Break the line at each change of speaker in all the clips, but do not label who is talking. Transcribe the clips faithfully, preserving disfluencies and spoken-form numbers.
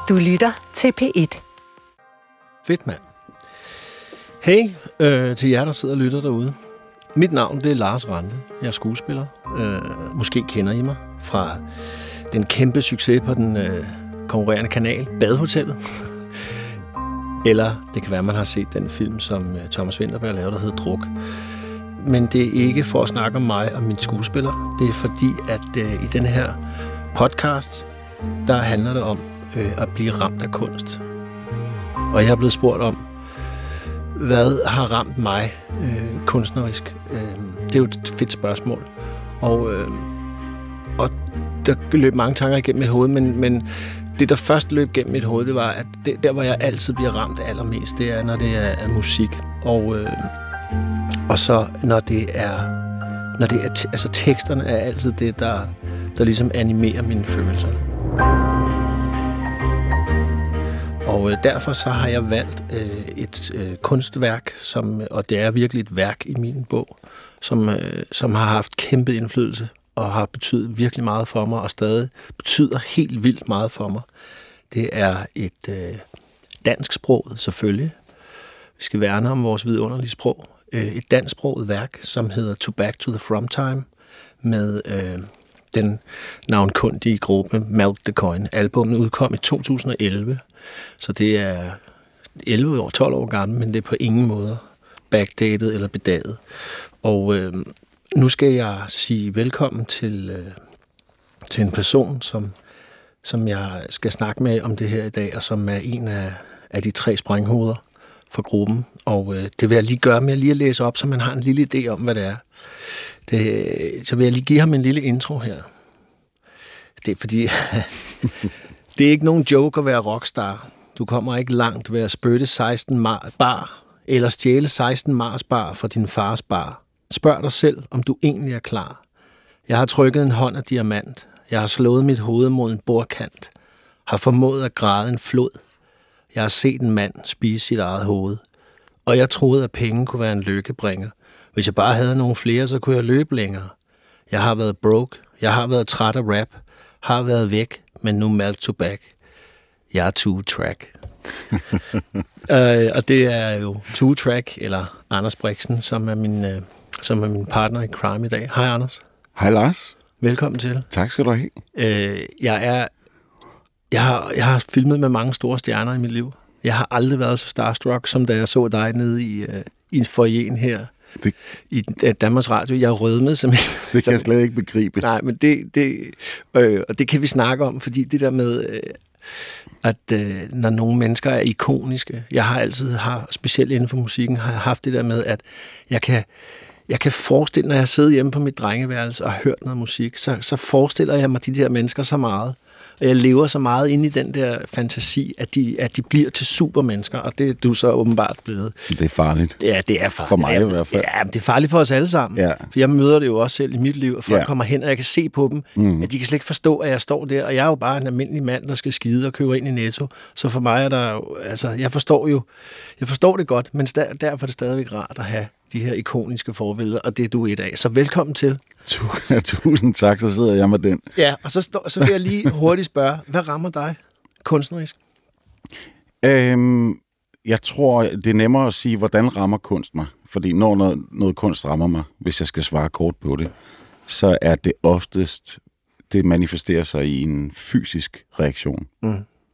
Du lytter til P et.
Fedt, mand. Hey, øh, til jer, der sidder og lytter derude. Mit navn, det er Lars Rante. Jeg er skuespiller. Øh, måske kender I mig fra den kæmpe succes på den øh, konkurrerende kanal, Badehotellet. Eller det kan være, man har set den film, som øh, Thomas Vinterberg lavede, der hedder Druk. Men det er ikke for at snakke om mig og min skuespiller. Det er fordi, at øh, i den her podcast, der handler det om øh, at blive ramt af kunst. Og jeg er blevet spurgt om, hvad har ramt mig øh, kunstnerisk? Øh, det er jo et fedt spørgsmål. Og, øh, og der løb mange tanker igennem mit hoved, men, men det, der først løb gennem mit hoved, det var, at det, der, hvor jeg altid bliver ramt allermest, det er, når det er, er musik. Og, øh, og så, når det er... Når det er t- altså, teksterne er altid det, der, der ligesom animerer mine følelser. Og øh, derfor så har jeg valgt øh, et øh, kunstværk, som, og det er virkelig et værk i min bog, som, øh, som har haft kæmpe indflydelse og har betydet virkelig meget for mig, og stadig betyder helt vildt meget for mig. Det er et øh, dansksproget, selvfølgelig. Vi skal værne om vores vidunderlige sprog. Øh, et dansksproget værk, som hedder To Back to the From Time, med øh, den navnkundige gruppe Melt the Coin. Albummet udkom i to tusind og elleve. Så det er elleve år, tolv år gammel, men det er på ingen måde backdated eller bedaget. Og øh, nu skal jeg sige velkommen til, øh, til en person, som, som jeg skal snakke med om det her i dag, og som er en af, af de tre sprænghoveder for gruppen. Og øh, det vil jeg lige gøre med at lige at læse op, så man har en lille idé om, hvad det er. Det, så vil jeg lige give ham en lille intro her. Det er fordi... Det er ikke nogen joke at være rockstar. Du kommer ikke langt ved at spytte seksten bar, eller stjæle seksten Mars bar fra din fars bar. Spørg dig selv, om du egentlig er klar. Jeg har trykket en hånd af diamant. Jeg har slået mit hoved mod en bordkant. Har formået at græde en flod. Jeg har set en mand spise sit eget hoved. Og jeg troede, at penge kunne være en lykkebringer. Hvis jeg bare havde nogle flere, så kunne jeg løbe længere. Jeg har været broke. Jeg har været træt af rap. Har været væk. Men nu Melt to Back. Jeg er two-track. øh, og det er jo two-track, eller Anders Brixen, som er min, øh, som er min partner i crime i dag. Hej Anders.
Hej Lars.
Velkommen til.
Tak skal du have.
Øh, jeg, er, jeg, har, jeg har filmet med mange store stjerner i mit liv. Jeg har aldrig været så starstruck, som da jeg så dig nede i, øh, i foyeren her. Det, i Danmarks Radio. Jeg rødmede som
det kan jeg slet ikke begribe.
Nej, men det, det øh, og det kan vi snakke om, fordi det der med, øh, at øh, når nogle mennesker er ikoniske, jeg har altid, har, specielt inden for musikken, har jeg haft det der med, at jeg kan, jeg kan forestille, når jeg sidder hjemme på mit drengeværelse og har hørt noget musik, så, så forestiller jeg mig de der mennesker så meget. Og jeg lever så meget inde i den der fantasi, at de, at de bliver til supermennesker, og det er du så åbenbart blevet.
Det er farligt.
Ja, det er farligt.
For mig i hvert fald.
Ja, men det er farligt for os alle sammen. Ja. For jeg møder det jo også selv i mit liv, og folk ja. kommer hen, og jeg kan se på dem, mm. at de kan slet ikke forstå, at jeg står der, og jeg er jo bare en almindelig mand, der skal skide og købe ind i Netto. Så for mig er der jo, altså, jeg forstår jo, jeg forstår det godt, men der, derfor er det stadigvæk rart at have de her ikoniske forbilleder, og det er du et af. Så velkommen til.
Tusind tak, så sidder jeg med den.
Ja, og så, stå, så vil jeg lige hurtigt spørge, hvad rammer dig kunstnerisk?
Øhm, jeg tror, det er nemmere at sige, hvordan rammer kunst mig? Fordi når noget, noget kunst rammer mig, hvis jeg skal svare kort på det, så er det oftest, det manifesterer sig i en fysisk reaktion. Mm.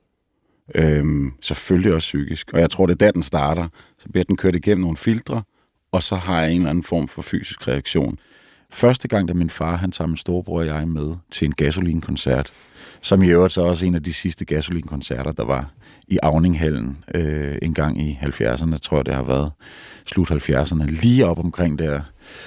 Øhm, selvfølgelig også psykisk. Og jeg tror, det er da den starter. Så bliver den kørt igennem nogle filtre, og så har jeg en eller anden form for fysisk reaktion. Første gang, da min far, han tager min storebror og jeg med til en Gasolin-koncert, som i øvrigt så også en af de sidste Gasolin-koncerter, der var i Auninghallen øh, en gang i halvfjerdserne, tror jeg det har været, slut halvfjerdserne, lige op omkring der.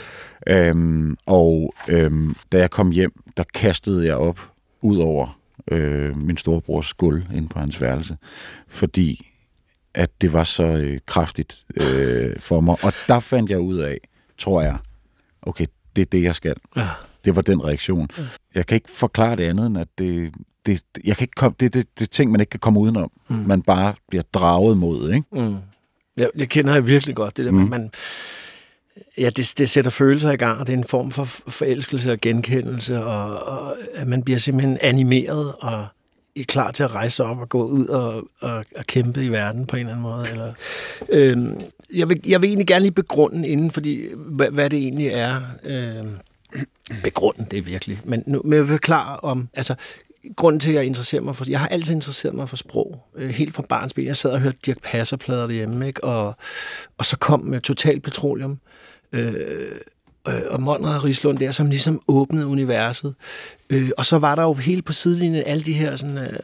Øhm, og øhm, da jeg kom hjem, der kastede jeg op ud over øh, min storebrors gulv inde på hans værelse, fordi at det var så øh, kraftigt øh, for mig. Og der fandt jeg ud af, tror jeg, okay, det er det, jeg skal. Ja. Det var den reaktion. Ja. Jeg kan ikke forklare det andet, end at det, det, jeg kan ikke komme, det, det, det er ting, man ikke kan komme udenom. Mm. Man bare bliver draget mod, ikke?
Mm. Ja, det kender jeg virkelig godt. Det der, mm. man, ja, det, det sætter følelser i gang, og det er en form for forelskelse og genkendelse, og, og at man bliver simpelthen animeret og klar til at rejse op og gå ud og, og, og kæmpe i verden på en eller anden måde. Eller, øhm, jeg, vil, jeg vil egentlig gerne lige begrunde inden, fordi hvad, hvad det egentlig er. Øhm, begrunde det virkelig. Men, nu, men jeg vil forklare om... Altså, grunden til, at jeg interesserer mig for... Jeg har altid interesseret mig for sprog. Øh, helt fra barnsben. Jeg sad og hørte Dirch Passer-plader derhjemme, ikke? Og, og så kom uh, Total Petroleum. Øh, øh, og Monrad og Rislund der, som ligesom åbnede universet. Øh, og så var der jo helt på sidelinjen alle de her sådan... Øh,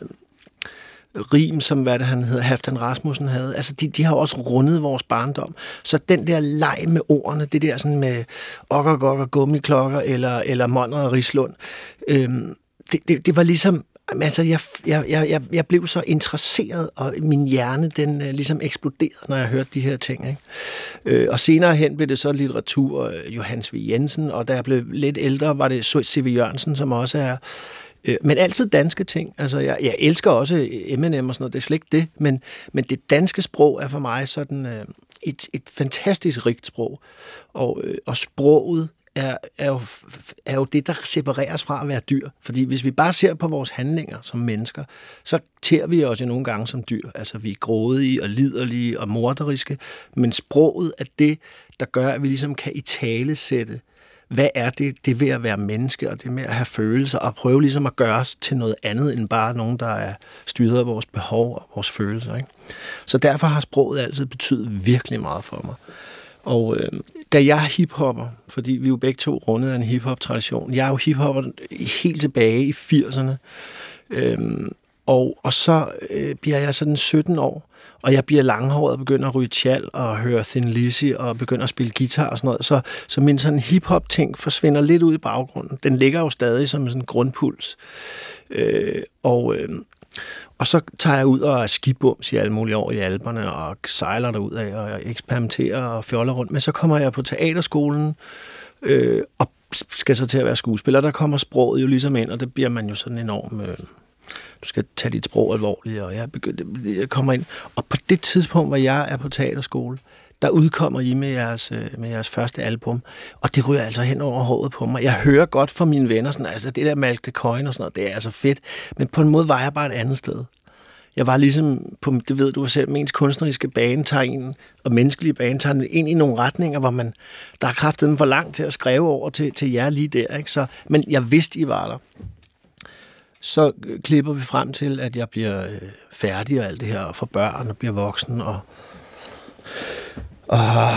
rim, som hvad det han hedder, Halfdan Rasmussen havde. Altså, de, de har også rundet vores barndom. Så den der leg med ordene, det der sådan med okker, gokker, gummiklokker, eller, eller Monrad og Rislund, øhm, det, det, det var ligesom, altså, jeg, jeg, jeg, jeg blev så interesseret, og min hjerne, den øh, ligesom eksploderede, når jeg hørte de her ting, ikke? Øh, og senere hen blev det så litteratur, øh, Johannes V. Jensen, og da jeg blev lidt ældre, var det C V. Jørgensen, som også er men altid danske ting. Altså, jeg, jeg elsker også M and M og sådan noget, det er slet ikke det, men, men det danske sprog er for mig sådan øh, et, et fantastisk rigt sprog. Og, øh, og sproget er, er, jo, er jo det, der separeres fra at være dyr. Fordi hvis vi bare ser på vores handlinger som mennesker, så ter vi os jo nogle gange som dyr. Altså, vi er grådige og liderlige og morderiske, men sproget er det, der gør, at vi ligesom kan italesætte, hvad er det, det ved at være menneske, og det med at have følelser, og prøve ligesom at gøre os til noget andet, end bare nogen, der er styret af vores behov og vores følelser, ikke? Så derfor har sproget altid betydet virkelig meget for mig. Og øh, da jeg er hiphopper, fordi vi jo begge to rundet af en hiphop-tradition, jeg er jo hiphopper helt tilbage i firserne, øh, og, og så øh, bliver jeg sådan sytten år, og jeg bliver langhåret og begynder at ryge tjal og høre Thin Lizzy og begynder at spille guitar og sådan noget. Så, så min sådan hip-hop-ting forsvinder lidt ud i baggrunden. Den ligger jo stadig som sådan en grundpuls. Øh, og, øh, og så tager jeg ud og er skibums i alle mulige år i Alperne og sejler derud af og eksperimenterer og fjoller rundt. Men så kommer jeg på teaterskolen øh, og skal så til at være skuespiller. Der kommer sproget jo ligesom ind, og det bliver man jo sådan enormt... Øh, du skal tage dit sprog alvorligt, og jeg, begyndte, jeg kommer ind. Og på det tidspunkt, hvor jeg er på teaterskole, der udkommer I med jeres, med jeres første album, og det ryger altså hen over håret på mig. Jeg hører godt fra mine venner, sådan, altså det der Malk de Koijn og sådan noget, det er altså fedt, men på en måde var jeg bare et andet sted. Jeg var ligesom, på, det ved du selv, ens kunstneriske bane tager en, og menneskelige bane tager ind i nogle retninger, hvor man, der er kraften for langt til at skrive over til, til jer lige der, ikke? Så, men jeg vidste, I var der. Så klipper vi frem til, at jeg bliver øh, færdig og alt det her, og får børn og bliver voksen, og, og,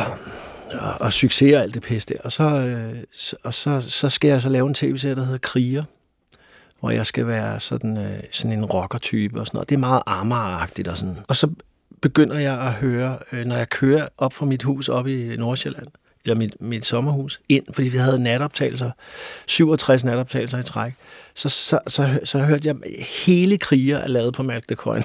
og, og succes og alt det pisse der. Og, så, øh, og så, så skal jeg så lave en tv-serie, der hedder Kriger, hvor jeg skal være sådan, øh, sådan en rocker-type og sådan noget. Det er meget Amager-agtigt og sådan. Og så begynder jeg at høre, øh, når jeg kører op fra mit hus op i Nordsjælland, eller mit, mit sommerhus, ind, fordi vi havde natoptagelser, syvogtres natoptagelser i træk, så, så, så, så hørte jeg, hele Kriger er lavet på Malk de Koijn.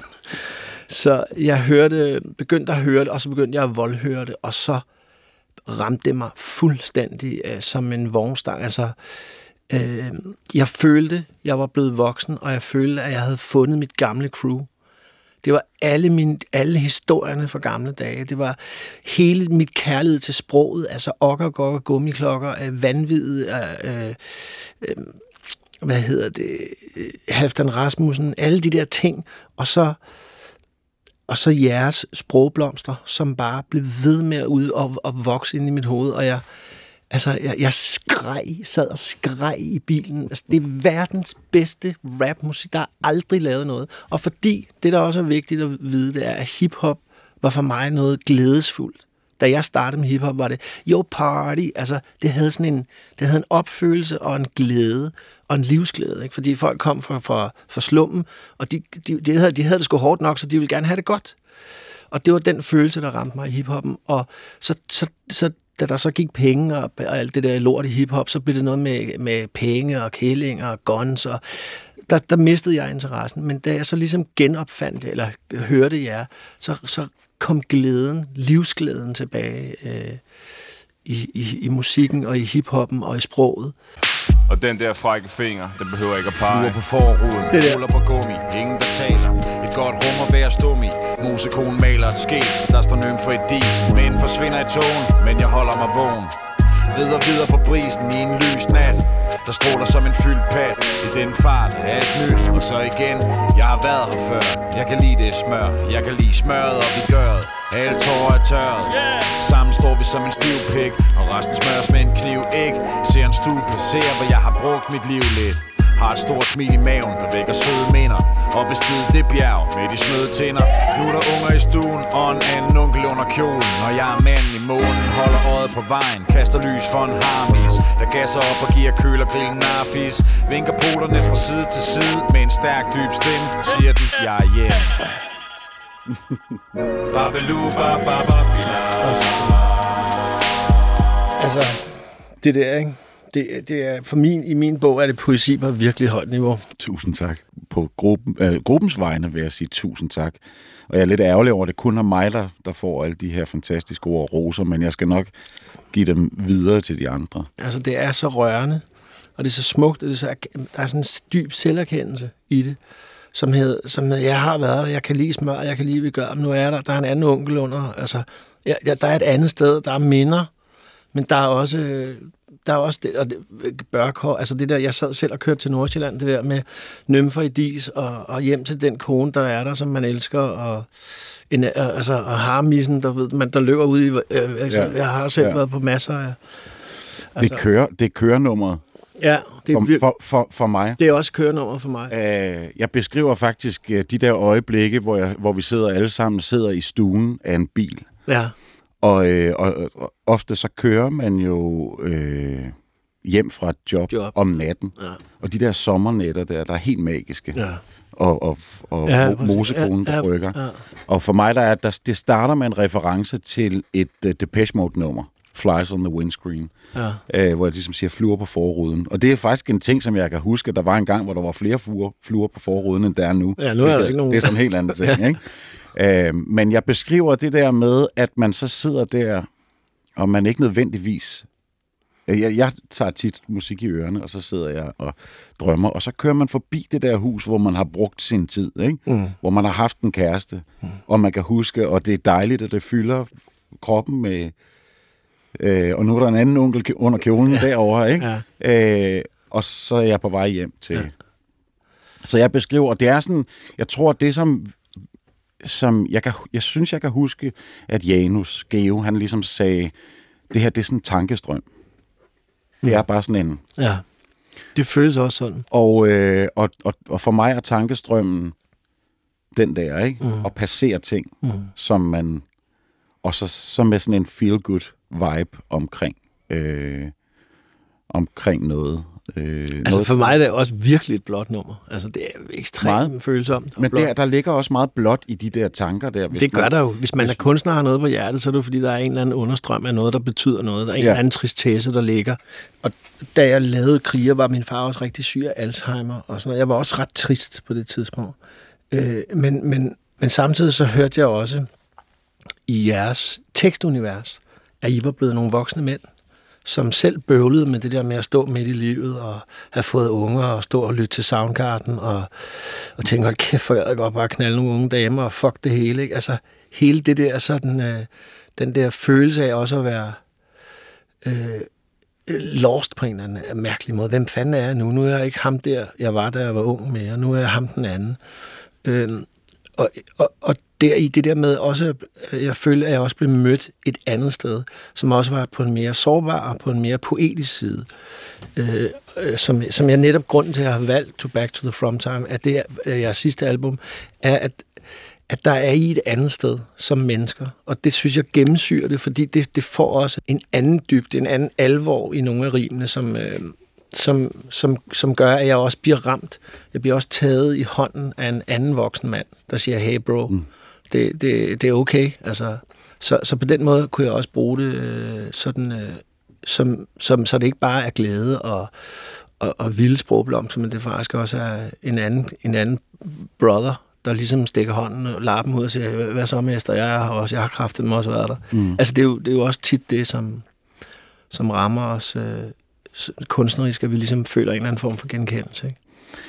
Så jeg hørte, begyndte at høre det, og så begyndte jeg at voldhøre det, og så ramte det mig fuldstændig uh, som en vognstang. Altså, uh, jeg følte, jeg var blevet voksen, og jeg følte, at jeg havde fundet mit gamle crew. Det var alle, mine, alle historierne fra gamle dage. Det var hele mit kærlighed til sproget, altså okker, gokker, gummiklokker, vanvid, øh, øh, hvad hedder det, Halfdan Rasmussen, alle de der ting, og så, og så jeres sprogblomster, som bare blev ved med at ud og, og vokse ind i mit hoved, og jeg, altså, jeg, jeg skreg, sad og skreg i bilen. Altså, det er verdens bedste rapmusik. Der er aldrig lavet noget. Og fordi, det der også er vigtigt at vide, det er, at hiphop var for mig noget glædesfuldt. Da jeg startede med hiphop, var det, yo, party. Altså, det havde sådan en, det havde en opfølelse og en glæde og en livsglæde. Ikke? Fordi folk kom fra, fra, fra slummen, og de, de, de, havde, de havde det sgu hårdt nok, så de ville gerne have det godt. Og det var den følelse, der ramte mig i hiphoppen. Og så, så, så da der så gik penge og, og alt det der lort i hiphop, så blev det noget med, med penge og kællinger og guns, og der, der mistede jeg interessen. Men da jeg så ligesom genopfandt det, eller hørte jer, så, så kom glæden, livsglæden tilbage øh, i, i, i musikken og i hiphoppen og i sproget.
Og den der frække finger, den behøver ikke at pege.
Fluer på forruden, ruller på gummi, ingen der taler. Et godt rum at være stum i. Musekonen maler et skæg, der står nymfer i dis. Men forsvinder i togen, men jeg holder mig vågen. Rider videre på brisen i en lys nat. der stråler som en fyldt pat. I den fart er et nyt, og så igen. Jeg har været her før, jeg kan lide det smør. Jeg kan lide smøret og vi gøret. Alle tårer er tørret. Sammen står vi som en stiv pik, og resten smøres med en kniv, ikke? Ser en stue passere, hvor jeg har brugt mit liv lidt. Har et stort smil i maven, der vækker søde minder. Og bestiget det bjerg med de smøde tænder. Nu er der unger i stuen, og en anden onkel under kjolen. Når jeg er manden i månen, holder øjet på vejen. Kaster lys for en harmis, der gasser op og giver kølergrillen narfis. Vinker poterne fra side til side, med en stærk dyb stemme, siger den, jeg er hjemme. Babelu, babababila.
Altså, det der, ikke? Det, det er, for min, i min bog er det poesi på et virkelig højt niveau.
Tusind tak. På gruppen, øh, gruppens vegne vil jeg sige tusind tak. Og jeg er lidt ærgerlig over, at det kun er mig, der, der får alle de her fantastiske ord og roser, men jeg skal nok give dem videre til de andre. Altså,
det er så rørende, og det er så smukt, og det er så, der er sådan en dyb selverkendelse i det, som hedder, som hedder, jeg har været der, jeg kan lide smør, jeg kan lide, vi gør, nu er der, der er en anden onkel under, altså, ja, der er et andet sted, der er minder, men der er også... Der er også det, og det, børkår, altså det der, jeg sad selv og kørte til Nordsjælland, det der med nymfer i dis, og, og hjem til den kone, der er der, som man elsker, og, en, altså, og harmissen, der, ved, man, der løber ud i, øh, altså, ja, jeg har selv ja. været på masser af...
Altså, det, kører, det er kørenummeret.
Ja, det er
for, for, for, for mig.
Det er også kørenummer for mig.
Øh, jeg beskriver faktisk de der øjeblikke, hvor, jeg, hvor vi sidder alle sammen sidder i stuen af en bil.
Ja.
Og, øh, og, og ofte så kører man jo øh, hjem fra et job, job. om natten. Ja. Og de der sommernætter der, der er helt magiske. Ja. Og, og, og ja, mosekonen, der ja, rykker. Ja. Og for mig, der er, der, det starter med en reference til et uh, Depeche Mode-nummer. Flies on the Windscreen. Ja. Øh, hvor jeg ligesom siger fluer på forruden. Og det er faktisk en ting, som jeg kan huske. Der var en gang, hvor der var flere fluer, fluer på forruden, end der er nu.
Ja, nu er der ikke nogen.
Det er sådan en helt anden ting, ikke? Øh, men jeg beskriver det der med, at man så sidder der, og man ikke nødvendigvis... Jeg, jeg tager tit musik i ørerne, og så sidder jeg og drømmer, og så kører man forbi det der hus, hvor man har brugt sin tid, ikke? Mm. Hvor man har haft en kæreste, mm. og man kan huske, og det er dejligt, at det fylder kroppen med... Øh, og nu er der en anden onkel under kjolen ja. derovre, ikke? Ja. Øh, og så er jeg på vej hjem til... Ja. Så jeg beskriver, og det er sådan... Jeg tror, det som... som jeg, kan, jeg synes, jeg kan huske, at Janus Geo, han ligesom sagde, det her, det er sådan en tankestrøm. Det er bare sådan en...
Ja, det føles også sådan.
Og, øh, og, og, og for mig er tankestrømmen den der, ikke? Mm. Og passere ting, mm. som man... Og så, så med sådan en feel-good vibe omkring, øh, omkring noget. Øh,
altså
noget
for mig er det også virkelig et blåt nummer. Altså det er ekstremt følsomt.
Men der, der ligger også meget blåt i de der tanker der.
Hvis det gør man, der jo. Hvis man hvis, er kunstner og har noget på hjertet, så er det fordi, der er en eller anden understrøm af noget, der betyder noget. Der er en ja. eller anden tristesse, der ligger. Og da jeg lavede Kriger, var min far også rigtig syg af Alzheimer. Og sådan noget. Jeg var også ret trist på det tidspunkt. Øh, men, men, men samtidig så hørte jeg også i jeres tekstunivers, at I var blevet nogle voksne mænd, som selv bøvlede med det der med at stå midt i livet og have fået unger og stå og lytte til Soundgarden og, og tænke, hold kæft, for jeg kan godt bare knalde nogle unge damer og fuck det hele. Ikke? Altså hele det der sådan, øh, den der følelse af også at være øh, lost på en eller anden mærkelig måde. Hvem fanden er jeg nu? Nu er jeg ikke ham der, jeg var, da jeg var ung mere. Nu er jeg ham den anden. Øh, og, og, og der i det der med også, jeg følte, at jeg også blev mødt et andet sted, som også var på en mere sårbar og på en mere poetisk side. Øh, som, som jeg netop grunden til at have valgt To Back to the From Time, at det er jeres sidste album, er, at, at der er I et andet sted som mennesker. Og det synes jeg gennemsyrer det, fordi det, det får også en anden dybde, en anden alvor i nogle af rimene, som... Øh, Som, som, som gør, at jeg også bliver ramt. Jeg bliver også taget i hånden af en anden voksen mand, der siger, hey bro, mm. det, det, det er okay. Altså, så, så på den måde kunne jeg også bruge det øh, sådan, øh, som, som, så det ikke bare er glæde og, og, og vilde sprogblomster, men det faktisk også er en anden, en anden brother, der ligesom stikker hånden og lappen ud og siger, hvad så mester, jeg har også, jeg har kraftet mig også været der. Mm. Altså det er, jo, det er jo også tit det, som, som rammer os øh, kunstnerisk, at vi ligesom føler en eller anden form for genkendelse. Ikke?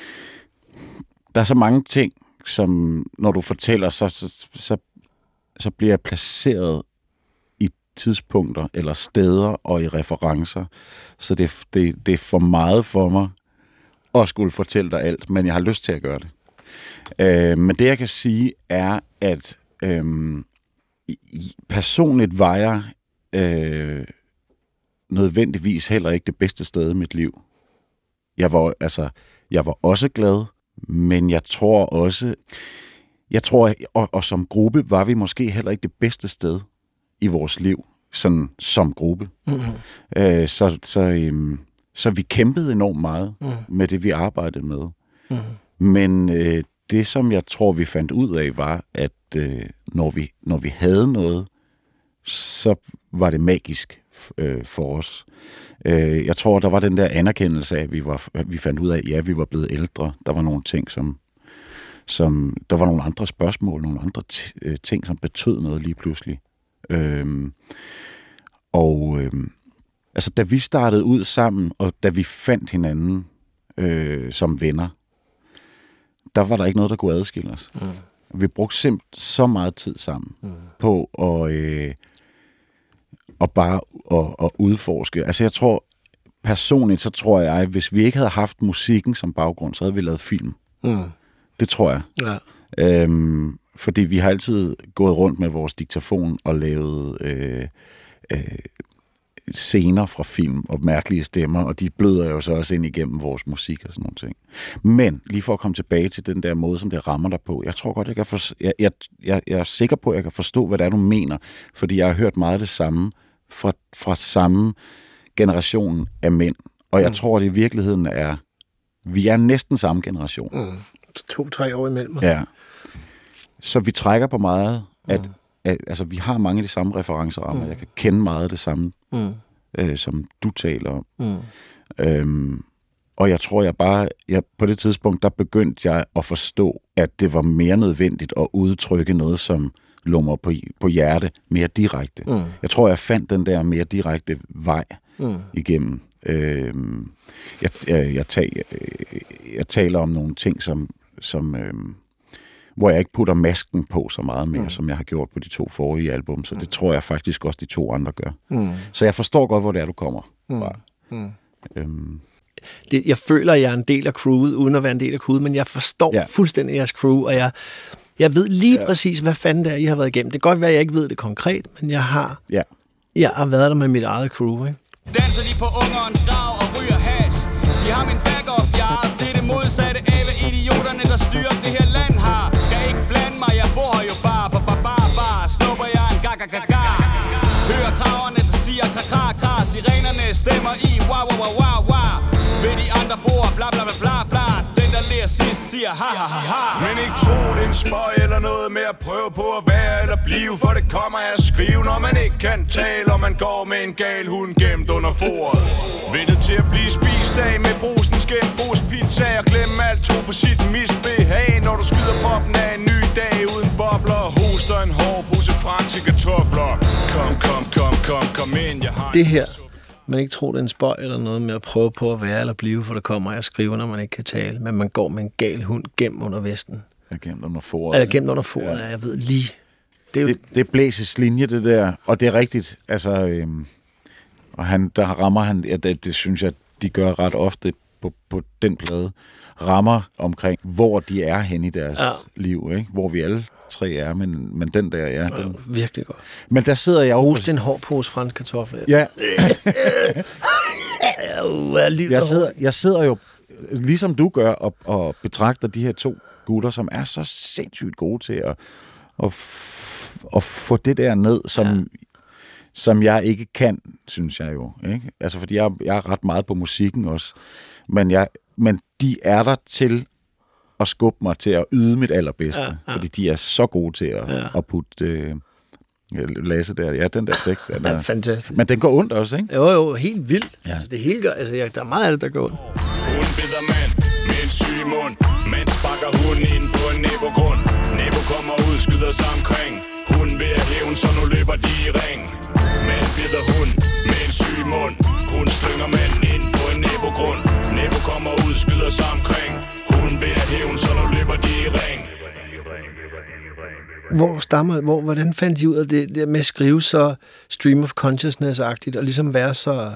Der er så mange ting, som når du fortæller, så, så, så, så bliver jeg placeret i tidspunkter eller steder og i referencer. Så det, det, det er for meget for mig at skulle fortælle dig alt, men jeg har lyst til at gøre det. Øh, men det, jeg kan sige, er, at øh, personligt var jeg øh, nødvendigvis heller ikke det bedste sted i mit liv. Jeg var, altså, jeg var også glad, men jeg tror også, jeg tror, og, og som gruppe var vi måske heller ikke det bedste sted i vores liv, sådan som gruppe. Mm-hmm. Øh, så, så, øhm, så vi kæmpede enormt meget mm. med det, vi arbejdede med. Mm. Men øh, det, som jeg tror, vi fandt ud af, var, at øh, når, vi, når vi havde noget, så var det magisk øh, for os. Øh, jeg tror, der var den der anerkendelse af, at vi, var, vi fandt ud af, at ja, vi var blevet ældre. Der var nogle ting, som, som der var nogle andre spørgsmål, nogle andre t- ting, som betød noget lige pludselig. Øh, og øh, altså, da vi startede ud sammen, og da vi fandt hinanden øh, som venner, der var der ikke noget, der kunne adskille os. Mm. Vi brugte simpelthen så meget tid sammen mm. på at, øh, at bare at, at udforske. Altså jeg tror, personligt så tror jeg, hvis vi ikke havde haft musikken som baggrund, så havde vi lavet film. Mm. Det tror jeg. Ja. Øhm, fordi vi har altid gået rundt med vores diktafon og lavet øh, øh, scener fra film og mærkelige stemmer, og de bløder jo så også ind igennem vores musik og sådan nogle ting. Men lige for at komme tilbage til den der måde, som det rammer dig på, jeg tror godt, jeg kan for, jeg, jeg, jeg, jeg er sikker på, at jeg kan forstå, hvad det er, du mener, fordi jeg har hørt meget af det samme fra, fra samme generation af mænd, og jeg mm. tror, at i virkeligheden er, vi er næsten samme generation.
Mm. To-tre år imellem.
Ja. Så vi trækker på meget, at mm. at, altså, vi har mange af de samme referencerammer. Mm. Jeg kan kende meget af det samme, mm. øh, som du taler om. Mm. Øhm, og jeg tror, jeg bare... Jeg, på det tidspunkt, der begyndte jeg at forstå, at det var mere nødvendigt at udtrykke noget, som lå mig på, på hjerte mere direkte. Mm. Jeg tror, jeg fandt den der mere direkte vej mm. igennem. Øhm, jeg, jeg, jeg, tal, jeg taler om nogle ting, som... som øhm, hvor jeg ikke putter masken på så meget mere, mm. som jeg har gjort på de to forrige album. Så det tror jeg faktisk også, de to andre gør. Mm. Så jeg forstår godt, hvor det er, du kommer fra. Mm. Mm. Øhm.
Det, jeg føler, at jeg er en del af crewet, uden at være en del af crewet, men jeg forstår ja. fuldstændig jeres crew, og jeg, jeg ved lige ja. præcis, hvad fanden det er, I har været igennem. Det kan godt være, at jeg ikke ved det konkret, men jeg har,
ja.
jeg har været der med mit eget crew. Ikke?
Danser lige på ungerens grav og ryger hash. De har min backup, jeg det er det modsatte af, hvad idioterne, der styrer det her land har. Skal ikke blande mig, jeg bor her jo bare, bare, bare, bare, bare. Snupper jeg en ga, ga, ga, ga. Hører kraverne, der siger kra, kra, kra. Sirenerne stemmer i, wow, wow, wow, wow, wow. Ved de andre bor, bla, bla, bla, bla, bla. Den, der lærer sidst, siger ha, ha, ha, ha. Men ikke tro, det er en spøj eller noget med at prøve på at være eller blive. For det kommer af at skrive, når man ikke kan tale, og man går med en gal hund gemt under foret. Ventet til at blive spist af med brusen, skæm, brus, pizza og glemme alt to på sit misbehag. Når du skyder poppen af en ny dag uden bobler og hoster en hård pose franske kartofler. Kom, kom, kom, kom, kom ind, jeg har...
Det her, man ikke tror, det er en spøj eller noget med at prøve på at være eller blive, for der kommer jeg skriver, når man ikke kan tale, men man går med en gal hund gennem under vesten.
Ja, gennem under foret.
Eller gennem under foret, ja. Jeg ved lige.
Det er, jo... det, det er Blæses linje, det der, og det er rigtigt, altså... Øhm... Og han, der rammer han, ja, det, det synes jeg, de gør ret ofte på, på den plade, rammer omkring, hvor de er hen i deres ja. liv, ikke? Hvor vi alle tre er, men, men den der, ja.
ja
den...
Virkelig godt.
Men der sidder jeg
over... Host en hård pose fransk kartofler.
Ja. jeg, sidder, jeg sidder jo, ligesom du gør, og, og betragter de her to gutter, som er så sindssygt gode til at, at, f- at få det der ned, som... Ja. som jeg ikke kan, synes jeg jo. Ikke? Altså, fordi jeg, jeg er ret meget på musikken også. Men, jeg, men de er der til at skubbe mig til at yde mit allerbedste. Ja, ja. Fordi de er så gode til at, ja. at putte... Øh, Lasse der. Ja, den der tekst. Er der.
Ja, fantastisk.
Men den går ondt også, ikke?
Jo, jo, helt vildt. Ja. Altså, det hele gør... Altså, der er meget af det, der går ondt.
Hun bider mand med en syg mund. Mand sparker hunden ind på en nabogrund. Nabo kommer ud, skyder sig omkring. Hun vil have hævn, så nu løber de i ring. Mand bider hund med en syg mund. Hun slynger manden ind på en nabogrund. Nabo kommer ud, skyder sig omkring. Hun vil have hævn, så nu løber de i ring.
Hvor stammer, hvor, hvordan fandt de ud af det, det med at skrive så stream of consciousness-agtigt, og ligesom være så...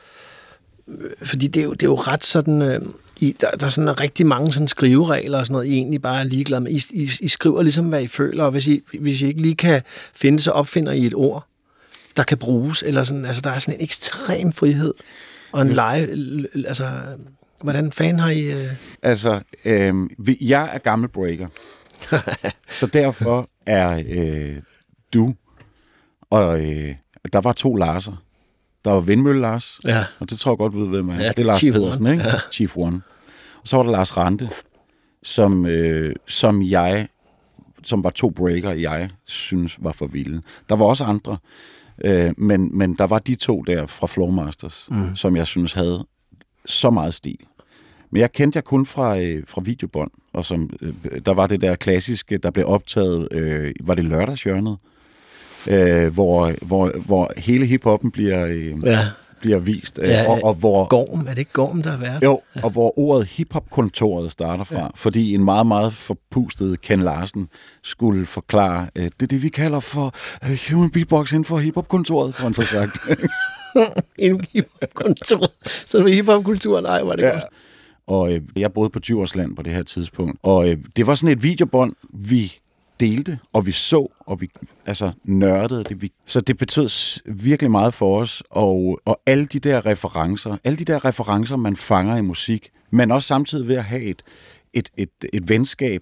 Fordi det er jo, det er jo ret sådan... Øh, I, der, der er sådan rigtig mange sådan skriveregler og sådan noget, I egentlig bare er ligeglade med. I, I, I skriver ligesom, hvad I føler, og hvis I, hvis I ikke lige kan finde, så opfinder I et ord, der kan bruges, eller sådan, altså der er sådan en ekstrem frihed, og en lege... Altså, hvordan fanden har I... Øh...
Altså, øh, jeg er gammel breaker. Så derfor er øh, du, og øh, der var to Larser. Der var Vindmølle Lars,
ja.
Og det tror jeg godt, du ved, hvem er.
Ja,
det er Lars
Chief
Pedersen,
One.
Ikke?
Ja.
Chief One. Og så var der Lars Rante, som, øh, som jeg, som var to breaker, jeg synes var for vilde. Der var også andre, øh, men, men der var de to der fra Flowmasters, mm. som jeg synes havde så meget stil. Men jeg kendte jeg kun fra, øh, fra videobånd, og som, øh, der var det der klassiske, der blev optaget, øh, var det Lørdagshjørnet, øh, hvor, hvor, hvor hele hiphoppen bliver, øh, ja. bliver vist. Øh,
ja,
og, og hvor,
Gorm, er det ikke Gorm, der er værd?
Jo, og hvor ordet hiphop-kontoret starter fra, ja. Fordi en meget, meget forpustet Ken Larsen skulle forklare, øh, det er det, vi kalder for øh, human beatbox inden for hiphop-kontoret, for han så sagt.
Inden hiphop-kontoret. Så det var hiphop-kulturen, nej, var det ja. Godt.
Og øh, jeg boede på Djursland på det her tidspunkt. Og øh, det var sådan et videobånd, vi delte, og vi så, og vi altså nørdede det. Vi, så det betød virkelig meget for os. Og, og alle de der referencer, alle de der referencer, man fanger i musik, men også samtidig ved at have et, et, et, et venskab,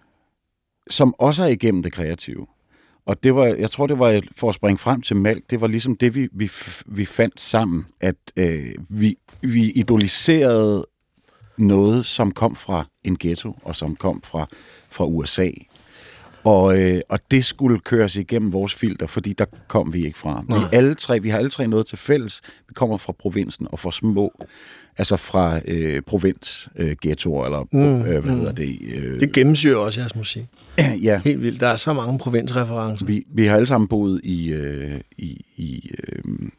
som også er igennem det kreative. Og det var, jeg tror, det var for at springe frem til Malk, det var ligesom det, vi, vi, vi fandt sammen, at øh, vi, vi idoliserede noget, som kom fra en ghetto, og som kom fra, fra U S A. Og, øh, og det skulle køres igennem vores filter, fordi der kom vi ikke fra. Vi, alle tre, vi har alle tre noget til fælles. Vi kommer fra provinsen og fra små, altså fra øh, provins-ghettoer, øh, eller mm, øh, hvad mm. hedder det? Øh,
det gennemsyrer også jeres musik.
Ja.
Helt vildt. Der er så mange provinsreferencer.
Vi, vi har alle sammen boet i, øh, i, i øh,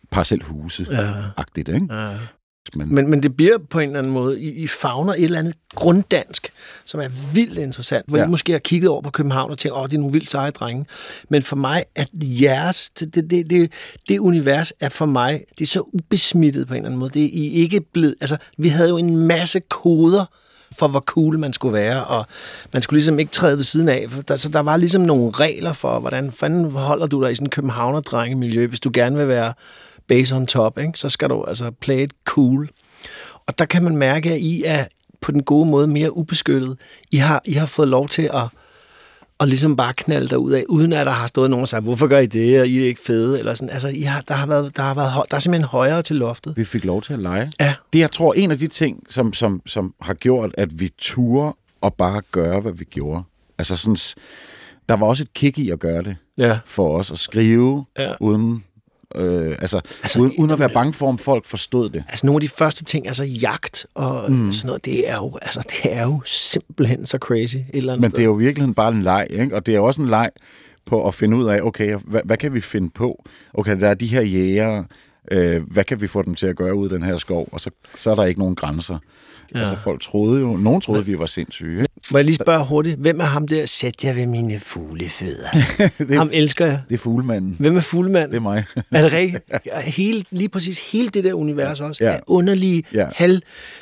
parcelhuse-agtigt, ikke?
Ja. Men, men, men det bliver på en eller anden måde, I, I favner et eller andet grunddansk, som er vildt interessant, hvor ja. I måske har kigget over på København og tænkt, åh, det er nogle vildt seje drenge. Men for mig, at jeres, det, det, det, det univers er for mig, det er så ubesmittet på en eller anden måde. Det er I ikke blevet, altså, vi havde jo en masse koder for, hvor cool man skulle være, og man skulle ligesom ikke træde ved siden af. Der, så der var ligesom nogle regler for, hvordan fanden holder du dig i sådan en københavner-drengemiljø, hvis du gerne vil være base on top, ikke? Så skal du altså play it cool. Og der kan man mærke, at I er på den gode måde mere ubeskyttet. I har, I har fået lov til at, at ligesom bare knalde derud af, uden at der har stået nogen og sagt, hvorfor gør I det, og I er ikke fede, eller sådan. Altså, I har, der, har været, der, har været, der er simpelthen højere til loftet.
Vi fik lov til at lege.
Ja.
Det, jeg tror, en af de ting, som, som, som har gjort, at vi turde og bare gøre, hvad vi gjorde. Altså sådan, der var også et kick i at gøre det.
Ja.
For os at skrive, ja. uden... Øh, altså, altså uden, uden at være bange for, om folk forstod det.
Altså nogle af de første ting, altså jagt og mm. sådan noget, det er jo, altså, det er jo simpelthen så crazy et eller andet
Men
sted.
det er jo virkelig bare en leg, ikke? Og det er også en leg på at finde ud af, okay, hvad, hvad kan vi finde på? Okay, der er de her jægere, øh, hvad kan vi få dem til at gøre ud i den her skov? Og så, så er der ikke nogen grænser. Ja. Altså folk troede jo, nogen troede, Men, vi var sindssyge. Ikke?
Må jeg lige spørge hurtigt, hvem er ham der, sæt jer ved mine fuglefødder? det, ham elsker jeg.
Det er fuglemanden.
Hvem er fuglemanden?
Det er mig.
Er det rigtigt? Hele, lige præcis hele det der univers også,
ja.
er underlige,
ja.
halv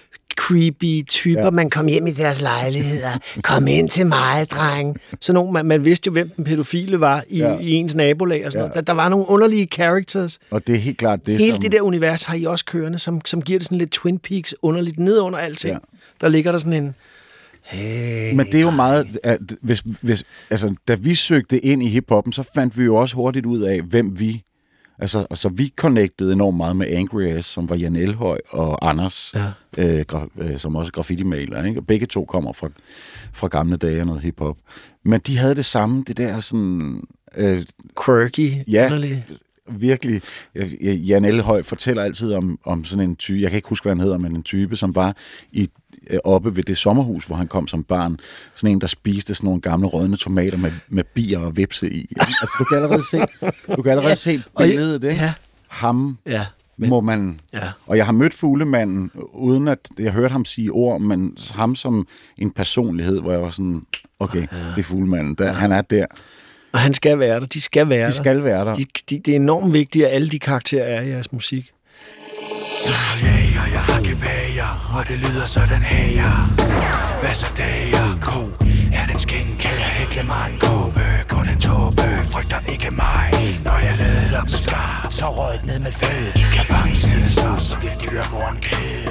creepy typer, ja. Man kom hjem i deres lejligheder, kom ind til mig, dreng. Så nogle, man, man vidste jo, hvem den pædofile var i, ja. i ens nabolag og sådan ja. noget. Der, der var nogle underlige characters.
Og det er helt klart det,
Hele
som...
det der univers har I også kørende, som, som giver det sådan lidt Twin Peaks underligt ned under alting. Ja. Der ligger der sådan en... Hey.
Men det er jo meget... At hvis, hvis, altså, da vi søgte ind i hiphoppen, så fandt vi jo også hurtigt ud af, hvem vi... Altså, og så vi connectede enormt meget med Angry Ass, som var Jan Elhøj, og Anders, ja. øh, gra- øh, som også graffiti-maler, ikke? Og begge to kommer fra, fra gamle dage og noget hiphop. Men de havde det samme, det der sådan... Øh,
quirky,
ja,
underlig.
Virkelig. Jan Elhøj fortæller altid om, om sådan en type, jeg kan ikke huske, hvad han hedder, men en type, som var i, oppe ved det sommerhus, hvor han kom som barn. Sådan en, der spiste sådan nogle gamle rødne tomater med, med bier og vipse i. Altså, du kan allerede se, du kan allerede ja. se billedet, det.
Ja.
Ham
ja.
Men, må man...
Ja.
Og jeg har mødt fuglemanden, uden at jeg hørte ham sige ord, men ham som en personlighed, hvor jeg var sådan, Okay, ja. Det er Fuglemanden. Der, ja. Han er der.
Og han skal være der. De skal være der.
De skal være der.
De, de, det er enormt vigtigt, at alle de karakterer er i jeres musik.
Ja, ja, jeg har gevæger, og det lyder sådan her. Hvad så dager, ko? Er den skin, kan jeg hækle mig en kåbe? Kun en tåbe, frygter ikke mig. Når jeg lader op med skar, så røget ned med fed. Kan bange sætte sig, så bliver dyremoren ked.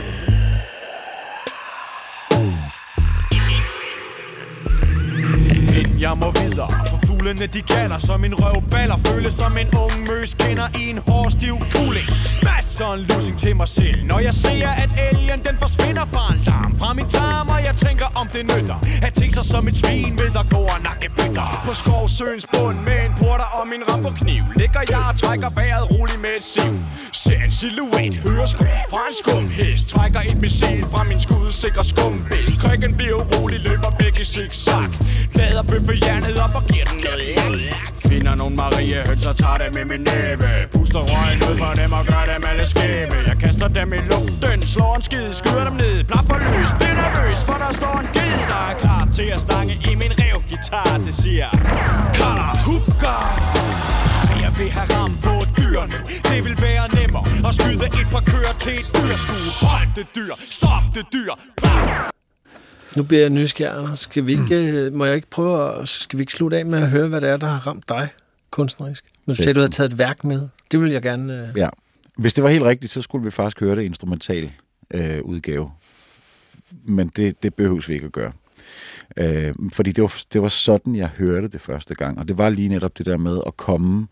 Jeg må videre, for fuglene de kalder som en røvballer. Føles som en ung møs kender i en hård stiv kuling. Smash, så en losing til mig selv. Når jeg ser at alien den forsvinder fra en larm fra min tarm, og jeg tænker om det nytter at tænke sig som et svin ved der går og nakkebytter. På Skovsøens bund med en porter og min Rambo-kniv ligger jeg og trækker vejret roligt med et siv. Ser en silhuet, hører skum fra en skumhest. Trækker et missil fra min skudsikre skumbæst. Krikken bliver urolig, løber begge zigzag. Lader bøffehjernet op og giver den noget. Finder nogle Marie-høns og tager dem med min næve. Puster røgen ud for dem og gør dem alle skæve. Jeg kaster dem i luften, slår en skid, skyder dem ned. Plaffer løs, bliver nervøs, for der står en ged, der er klar til at stange i min revgitar. Det siger Kala Hupka. Jeg vil have ramt på et dyr nu. Det vil være nemmere at skyde et par køer til et dyrskue. Hold det dyr, stop det dyr, plaf.
Nu bliver jeg nysgerrig. Skal vi ikke, må jeg ikke prøve at, skal vi ikke slutte af med at høre, hvad det er, der har ramt dig kunstnerisk? Nu sagde du, havde taget et værk med. Det vil jeg gerne...
Ja. Hvis det var helt rigtigt, så skulle vi faktisk høre det instrumental øh, udgave. Men det, det behøves vi ikke at gøre. Øh, fordi det var, det var sådan, jeg hørte det første gang. Og det var lige netop det der med at komme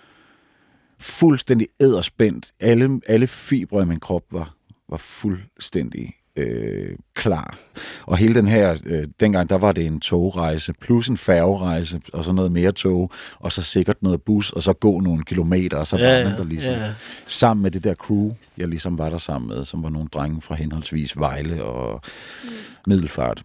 fuldstændig æderspændt. Alle, alle fibre i min krop var, var fuldstændig øh, klar. Og hele den her, øh, dengang, der var det en togrejse, plus en færgerejse, og så noget mere tog, og så sikkert noget bus, og så gå nogle kilometer, og så var
ja,
man der ligesom,
ja.
sammen med det der crew, jeg ligesom var der sammen med, som var nogle drenge fra henholdsvis Vejle og mm. Middelfart.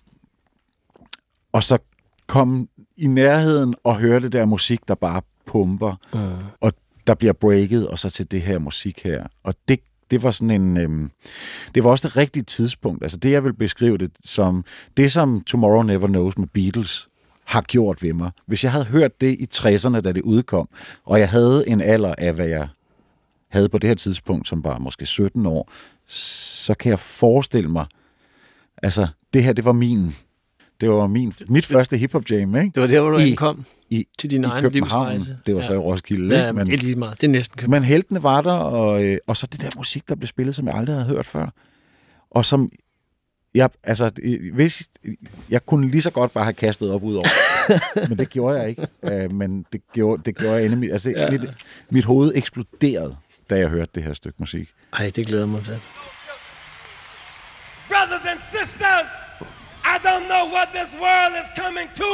Og så kom i nærheden og høre det der musik, der bare pumper, mm. og der bliver breaket, og så til det her musik her. Og det, det var sådan en... Øhm, det var også det rigtige tidspunkt. Altså det, jeg vil beskrive det som... Det, som Tomorrow Never Knows med Beatles har gjort ved mig. Hvis jeg havde hørt det i tresserne, da det udkom, og jeg havde en alder af, hvad jeg havde på det her tidspunkt, som var måske sytten år, så kan jeg forestille mig... Altså, det her, det var min... Det var min, mit første hiphop jam, ikke?
Det var der, hvor du ankom
i,
til din
i
egen
København.
livsrejse.
Det var
ja.
så i Roskilde.
Ja, men det er lige meget. Det er næsten København.
Men heltene var der, og, øh, og så det der musik, der blev spillet, som jeg aldrig havde hørt før. Og som, jeg, altså, hvis, jeg kunne lige så godt bare have kastet op ud over. Men det gjorde jeg ikke. Uh, men det gjorde, det gjorde jeg endelig. Altså, ja. mit, mit hoved eksploderede, da jeg hørte det her stykke musik.
Ej, det glæder mig til.
Brothers and sisters, I don't know what this world is coming to.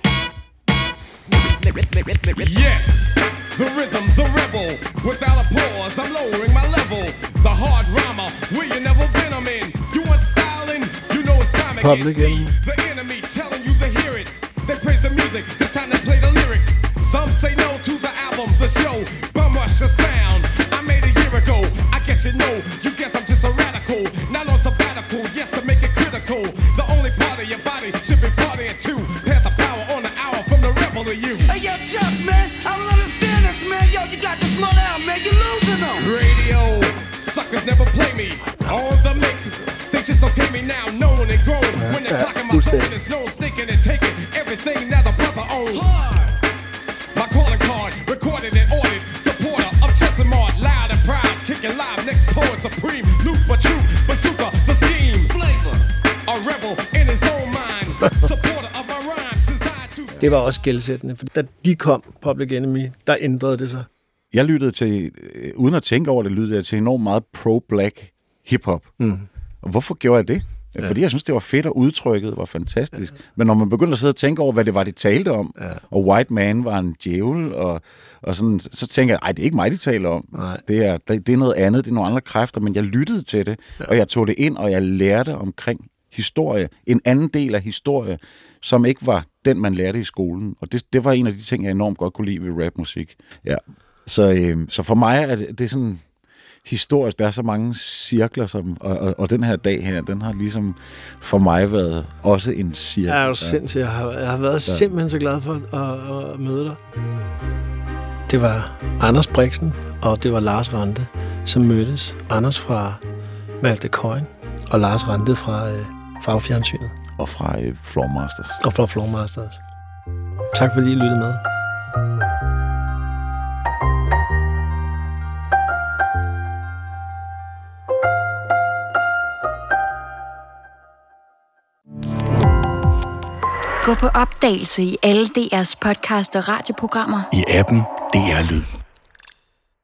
Yes, the rhythm, the rebel. Without a pause, I'm lowering my level. The hard rhymer, where you never been, I'm in. You want styling, you know it's time again. The enemy telling you to hear it. They praise the music, it's time to play the lyrics. Some say no to the album, the show. Bum rush the sound, I made a year ago. I guess you know, you guess I'm just a radical. Not on sabbatical, yes, to make it critical. The only part of your body should be partying too. Pass the power on the hour from the rebel to you.
Hey, yo, Chuck, man, I don't understand this, man. Yo, you got this money out, man. You're losing them.
Radio, suckers never play me. On the mix, they just okay me now, known and grown. When they're clocking my phone, there's no sneaking and taking everything that the brother owns. My calling card, recorded and ordered. Supporter of Chesimard, loud and proud. Kicking live, next poet supreme. Loop but true, bazooka, the scheme. Flavor, a rebel in his own mind. Supporter of my rhymes, designed to...
Det var også gældsættende, for da de kom, Public Enemy, der ændrede det sig.
Jeg lyttede til, uden at tænke over det, lyttede jeg til enormt meget pro-black hiphop. Mm. Og hvorfor gjorde jeg det? Ja. Fordi jeg synes, det var fedt, og udtrykket var fantastisk. Ja. Men når man begyndte at sidde og tænke over, hvad det var, de talte om, ja. og White Man var en djævel, og, og sådan, så tænker jeg, ej, det er ikke mig, de taler om. Det er, det, det er noget andet, det er nogle andre kræfter, men jeg lyttede til det, ja. og jeg tog det ind, og jeg lærte omkring historie. En anden del af historie, som ikke var den, man lærte i skolen. Og det, det var en af de ting, jeg enormt godt kunne lide ved rapmusik. Ja. Så, øh, så for mig er det, det er sådan... historisk, der er så mange cirkler, som, og, og, og den her dag her, den har ligesom for mig været også en cirkel.
Jeg er jo sindssygt. Jeg har, jeg har været ja. simpelthen så glad for at, at møde dig. Det var Anders Brixen, og det var Lars Ranthe, som mødtes. Anders fra Malte Coyne, og Lars Ranthe fra øh, Fagfjernsynet.
Og fra øh, Floormasters.
Og fra Floormasters. Tak fordi I lyttede med.
Gå på opdagelse i alle D R's podcast og radioprogrammer.
I appen D R Lyd.